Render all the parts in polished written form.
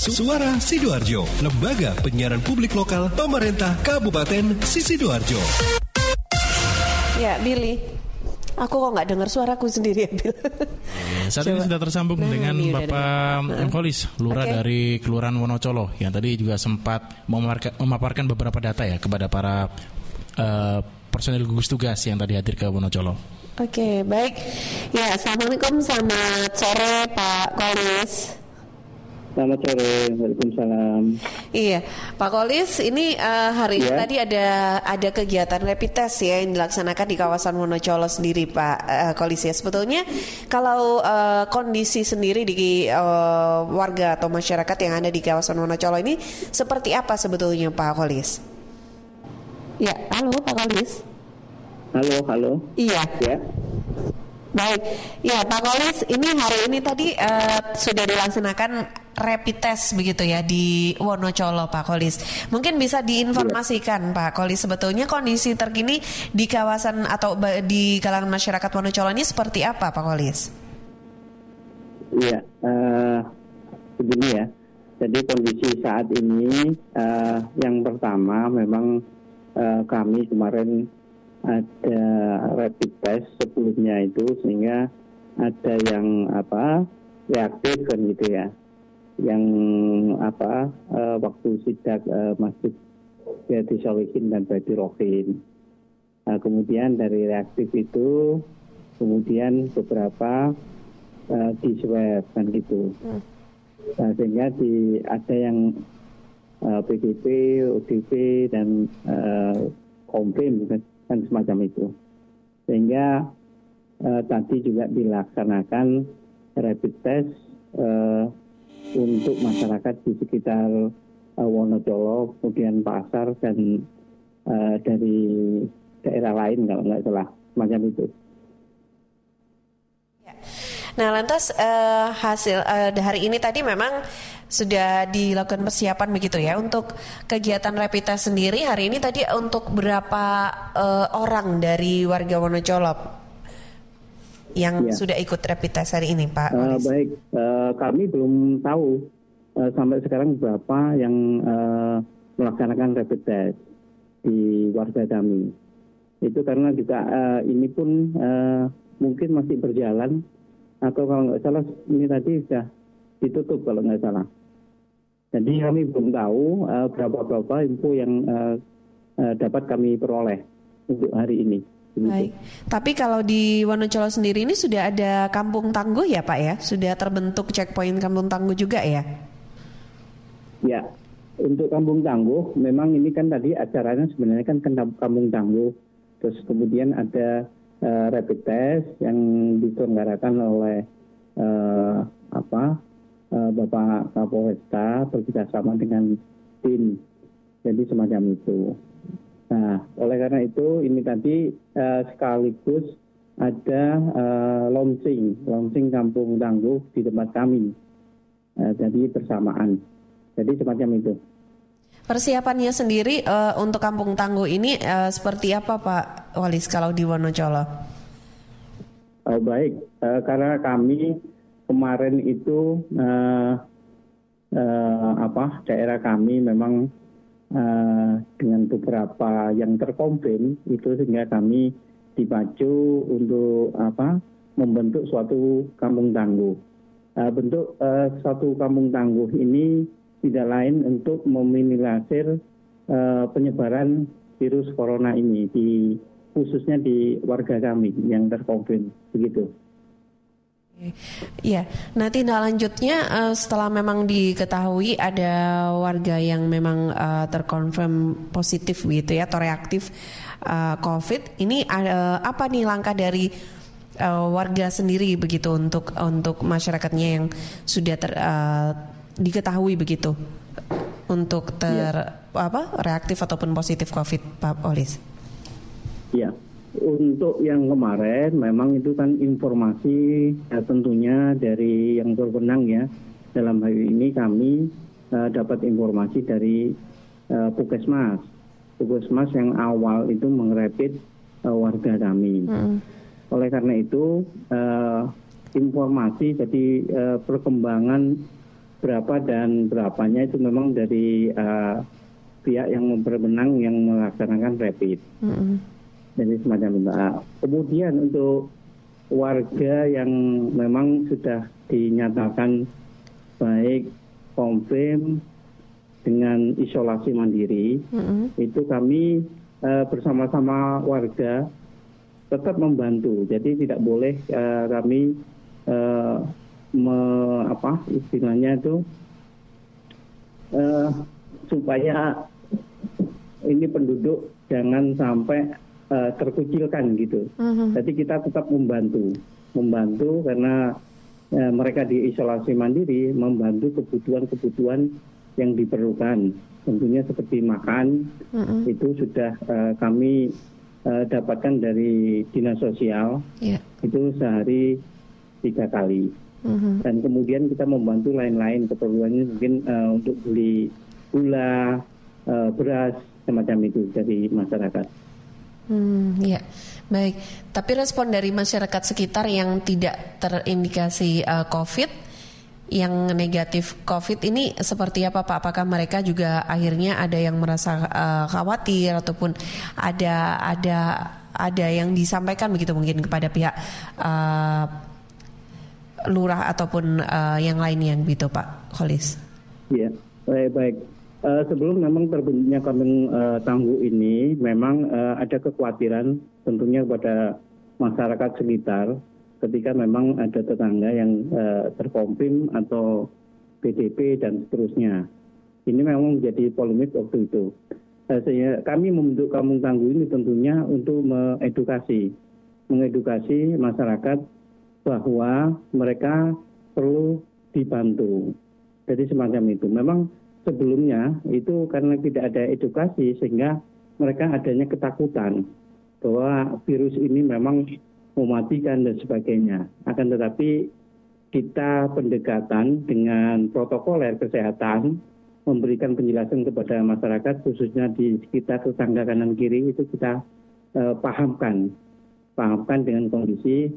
Suara Sidoarjo, lembaga penyiaran publik lokal pemerintah Kabupaten Sidoarjo. Ya, Billy. Aku kok nggak dengar suaraku sendiri ya, Bil. Saat ini sudah tersambung dengan Bapak Kholis, Lurah dari Kelurahan Wonocolo, yang tadi juga sempat memaparkan beberapa data ya kepada para personil gugus tugas yang tadi hadir ke Wonocolo. Oke, baik. Ya, assalamualaikum, selamat sore Pak Kholis. Selamat sore, waalaikumsalam. Iya, Pak Kholis, ini hari ini tadi ada kegiatan rapid test ya yang dilaksanakan di kawasan Wonocolo sendiri, Pak Kholis ya. Sebetulnya kalau kondisi sendiri di warga atau masyarakat yang ada di kawasan Wonocolo ini seperti apa sebetulnya, Pak Kholis? Ya, halo Pak Kholis. Halo. Iya. Ya. Baik, ya Pak Kholis, ini hari ini tadi sudah dilaksanakan rapid test begitu ya di Wonocolo, Pak Kholis. Mungkin bisa diinformasikan Pak Kholis sebetulnya kondisi terkini di kawasan atau di kalangan masyarakat Wonocolo ini seperti apa, Pak Kholis? Iya, begini ya. Jadi kondisi saat ini yang pertama memang kami kemarin ada rapid test sebelumnya itu, sehingga ada yang reaktif kan gitu ya, yang waktu sidak masih disolihin dan badirohin. Kemudian dari reaktif itu kemudian beberapa di swab kan gitu. Sehingga ada yang PDP, ODP dan konfirm kan semacam itu. Sehingga tadi juga dilaksanakan rapid test untuk masyarakat di sekitar Wonocolo, kemudian Pasar dan dari daerah lain kalau nggak salah, semacam itu. Nah, lantas hasil hari ini tadi memang sudah dilakukan persiapan begitu ya untuk kegiatan rapid test sendiri hari ini tadi untuk berapa orang dari warga Wonocolo yang sudah ikut rapid test hari ini, Pak? Baik, kami belum tahu sampai sekarang berapa yang melaksanakan rapid test di warga kami. Itu karena juga ini pun mungkin masih berjalan, atau kalau nggak salah ini tadi sudah ditutup kalau nggak salah. Jadi kami belum tahu berapa info yang dapat kami peroleh untuk hari ini. Baik. Tapi kalau di Wonocolo sendiri ini sudah ada kampung tangguh ya Pak ya? Sudah terbentuk checkpoint kampung tangguh juga ya? Ya, untuk kampung tangguh memang ini kan tadi acaranya sebenarnya kan kampung tangguh. Terus kemudian ada rapid test yang diselenggarakan oleh Bapak Kapolresta bekerjasama dengan tim. Jadi semacam itu. Nah, oleh karena itu ini tadi sekaligus ada launching kampung tangguh di tempat kami. Jadi bersamaan. Jadi semacam itu. Persiapannya sendiri untuk kampung tangguh ini seperti apa Pak Walis kalau di Wonocolo? Baik, karena kami kemarin itu daerah kami memang dengan beberapa yang terkonfirm itu, sehingga kami dipacu untuk membentuk suatu kampung tangguh. Bentuk suatu kampung tangguh ini tidak lain untuk meminimalisir penyebaran virus corona ini khususnya di warga kami yang terkonfirm begitu. Iya, nah tindak lanjutnya setelah memang diketahui ada warga yang memang terkonfirm positif gitu ya atau reaktif COVID, ini apa nih langkah dari warga sendiri begitu untuk masyarakatnya yang sudah diketahui begitu untuk reaktif ataupun positif COVID, Pak Olis? Iya. Untuk yang kemarin memang itu kan informasi tentunya dari yang berwenang ya. Dalam hal ini kami dapat informasi dari Puskesmas yang awal itu mengrapid warga kami. Oleh karena itu informasi jadi perkembangan berapa dan berapanya itu memang dari pihak yang berwenang yang melaksanakan rapid. Jadi semacam itu. Kemudian untuk warga yang memang sudah dinyatakan baik konfirm dengan isolasi mandiri, itu kami bersama-sama warga tetap membantu. Jadi tidak boleh kami istilahnya itu supaya ini penduduk jangan sampai terkucilkan gitu. Jadi kita tetap membantu karena mereka diisolasi mandiri, membantu kebutuhan-kebutuhan yang diperlukan. Tentunya seperti makan, itu sudah kami dapatkan dari dinas sosial, itu sehari 3 kali. Dan kemudian kita membantu lain-lain keperluannya mungkin untuk beli gula, beras, semacam itu dari masyarakat. Ya, baik. Tapi respon dari masyarakat sekitar yang tidak terindikasi COVID, yang negatif COVID ini seperti apa Pak? Apakah mereka juga akhirnya ada yang merasa khawatir ataupun ada yang disampaikan begitu mungkin kepada pihak lurah ataupun yang lainnya begitu Pak Kholis? Iya, baik. Sebelum memang terbentuknya kampung tangguh ini, memang ada kekhawatiran tentunya kepada masyarakat sekitar ketika memang ada tetangga yang terkonfirm atau PDP dan seterusnya. Ini memang menjadi polemik waktu itu. Sehingga kami membentuk kampung tangguh ini tentunya untuk mengedukasi masyarakat bahwa mereka perlu dibantu. Jadi semacam itu. Memang sebelumnya itu karena tidak ada edukasi sehingga mereka adanya ketakutan bahwa virus ini memang mematikan dan sebagainya. Akan tetapi kita pendekatan dengan protokoler kesehatan, memberikan penjelasan kepada masyarakat khususnya di sekitar tetangga kanan kiri itu kita pahamkan dengan kondisi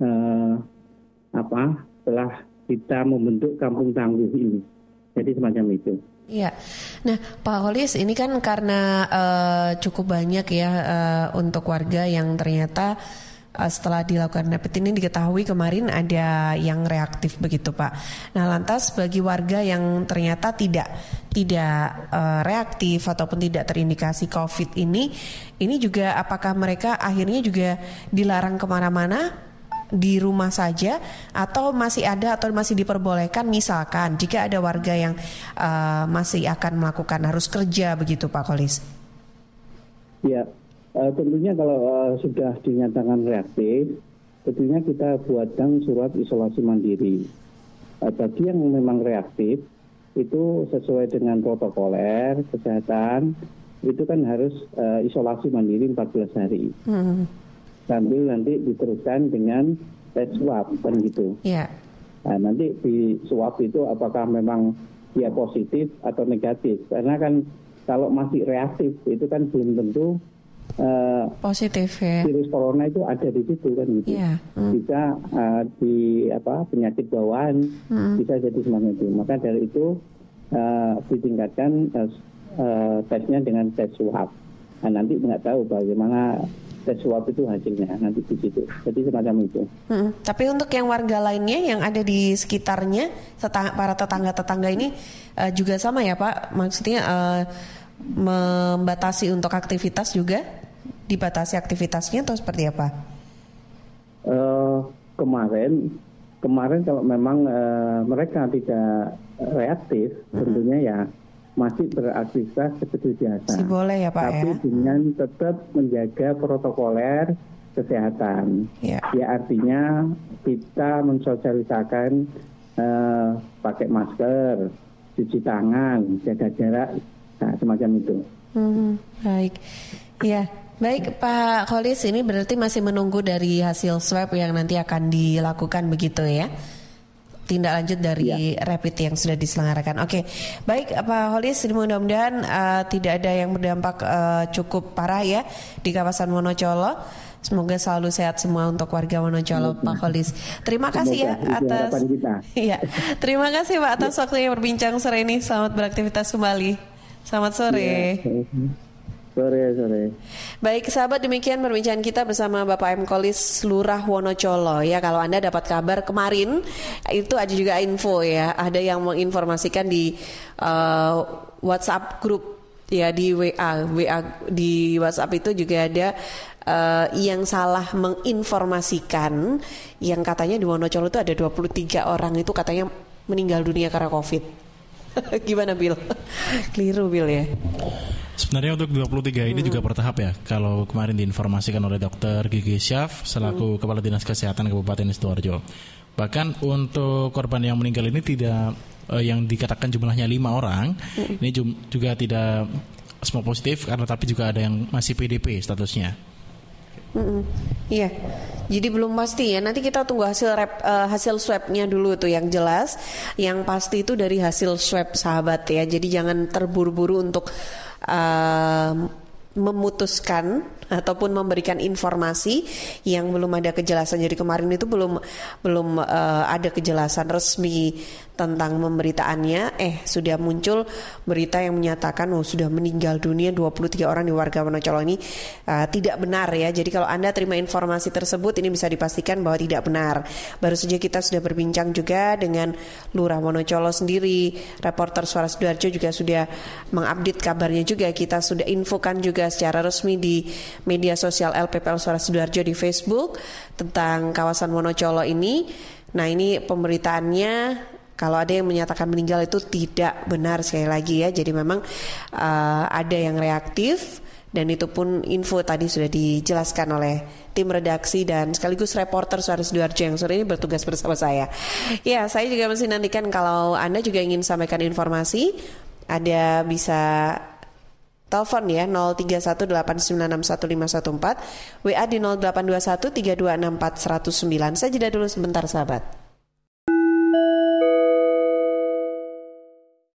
setelah kita membentuk kampung tangguh ini. Jadi semacam itu. Iya, nah Pak Kholis ini kan karena cukup banyak ya untuk warga yang ternyata setelah dilakukan rapid ini diketahui kemarin ada yang reaktif begitu Pak. Nah lantas bagi warga yang ternyata tidak reaktif ataupun tidak terindikasi COVID ini juga apakah mereka akhirnya juga dilarang kemana-mana? Di rumah saja atau masih ada atau masih diperbolehkan misalkan jika ada warga yang masih akan melakukan harus kerja begitu Pak Kholis? Ya, tentunya kalau sudah dinyatakan reaktif, tentunya kita buatkan surat isolasi mandiri. Bagi yang memang reaktif itu sesuai dengan protokoler kesehatan itu kan harus isolasi mandiri 14 hari. Sambil nanti diteruskan dengan tes swab kan gitu. Yeah. Nah, nanti di swab itu apakah memang dia positif atau negatif? Karena kan kalau masih reaktif itu kan belum tentu positif ya. Virus corona itu ada di situ kan gitu. Yeah. Bisa di penyakit bawaan bisa jadi semacam itu. Maka dari itu ditingkatkan tesnya dengan tes swab. Nah, nanti nggak tahu bagaimana tes swab itu hasilnya nanti di situ. Jadi semacam itu. Tapi untuk yang warga lainnya yang ada di sekitarnya, para tetangga-tetangga ini juga sama ya Pak? Maksudnya membatasi untuk aktivitas juga? Dibatasi aktivitasnya atau seperti apa? Kemarin kalau memang mereka tidak reaktif, tentunya ya masih beraktivitas seperti biasa. Masih boleh ya Pak. Tapi dengan tetap menjaga protokoler kesehatan. Ya artinya kita mensosialisakan pakai masker, cuci tangan, jaga jarak, semacam itu. Baik, ya. Baik Pak Kholis, ini berarti masih menunggu dari hasil swab yang nanti akan dilakukan begitu ya? Tindak lanjut dari rapid yang sudah diselenggarakan. Oke, baik Pak Kholis, mudah-mudahan tidak ada yang berdampak cukup parah ya di kawasan Wonocolo. Semoga selalu sehat semua untuk warga Wonocolo, Pak Kholis. Terima kasih ya atas. Iya, terima kasih Pak atas waktunya berbincang sore ini. Selamat beraktivitas kembali. Selamat sore. Sore. Baik sahabat, demikian perbincangan kita bersama Bapak M. Kholis, Lurah Wonocolo. Ya, kalau Anda dapat kabar kemarin, itu ada juga info ya. Ada yang menginformasikan di WhatsApp grup ya, di WA di WhatsApp itu juga ada yang salah menginformasikan yang katanya di Wonocolo itu ada 23 orang itu katanya meninggal dunia karena COVID. Gimana Bill? Keliru Bill ya. Sebenarnya untuk 23 ini juga bertahap ya. Kalau kemarin diinformasikan oleh Dr. Gigi Syaf selaku Kepala Dinas Kesehatan Kabupaten Sidoarjo. Bahkan untuk korban yang meninggal ini tidak yang dikatakan jumlahnya 5 orang, ini juga tidak semua positif karena tapi juga ada yang masih PDP statusnya. Iya, jadi belum pasti ya. Nanti kita tunggu hasil swabnya dulu tuh yang jelas. Yang pasti itu dari hasil swab sahabat ya. Jadi jangan terburu-buru untuk memutuskan ataupun memberikan informasi yang belum ada kejelasan. Jadi kemarin itu belum ada kejelasan resmi tentang pemberitaannya. Sudah muncul berita yang menyatakan sudah meninggal dunia 23 orang di warga Wonocolo ini. Tidak benar ya. Jadi kalau Anda terima informasi tersebut, ini bisa dipastikan bahwa tidak benar. Baru saja kita sudah berbincang juga dengan Lurah Wonocolo sendiri. Reporter Suara Sidoarjo juga sudah mengupdate kabarnya juga. Kita sudah infokan juga secara resmi di media sosial LPPL Suara Sidoarjo di Facebook tentang kawasan Wonocolo ini. Nah, ini pemberitaannya kalau ada yang menyatakan meninggal itu tidak benar sekali lagi ya. Jadi memang ada yang reaktif dan itu pun info tadi sudah dijelaskan oleh tim redaksi dan sekaligus reporter Suara Sidoarjo yang sore ini bertugas bersama saya. Ya, saya juga masih nantikan kalau Anda juga ingin sampaikan informasi, ada bisa telepon ya 0318961514, WA di 082132640109. Saya jeda dulu sebentar sahabat.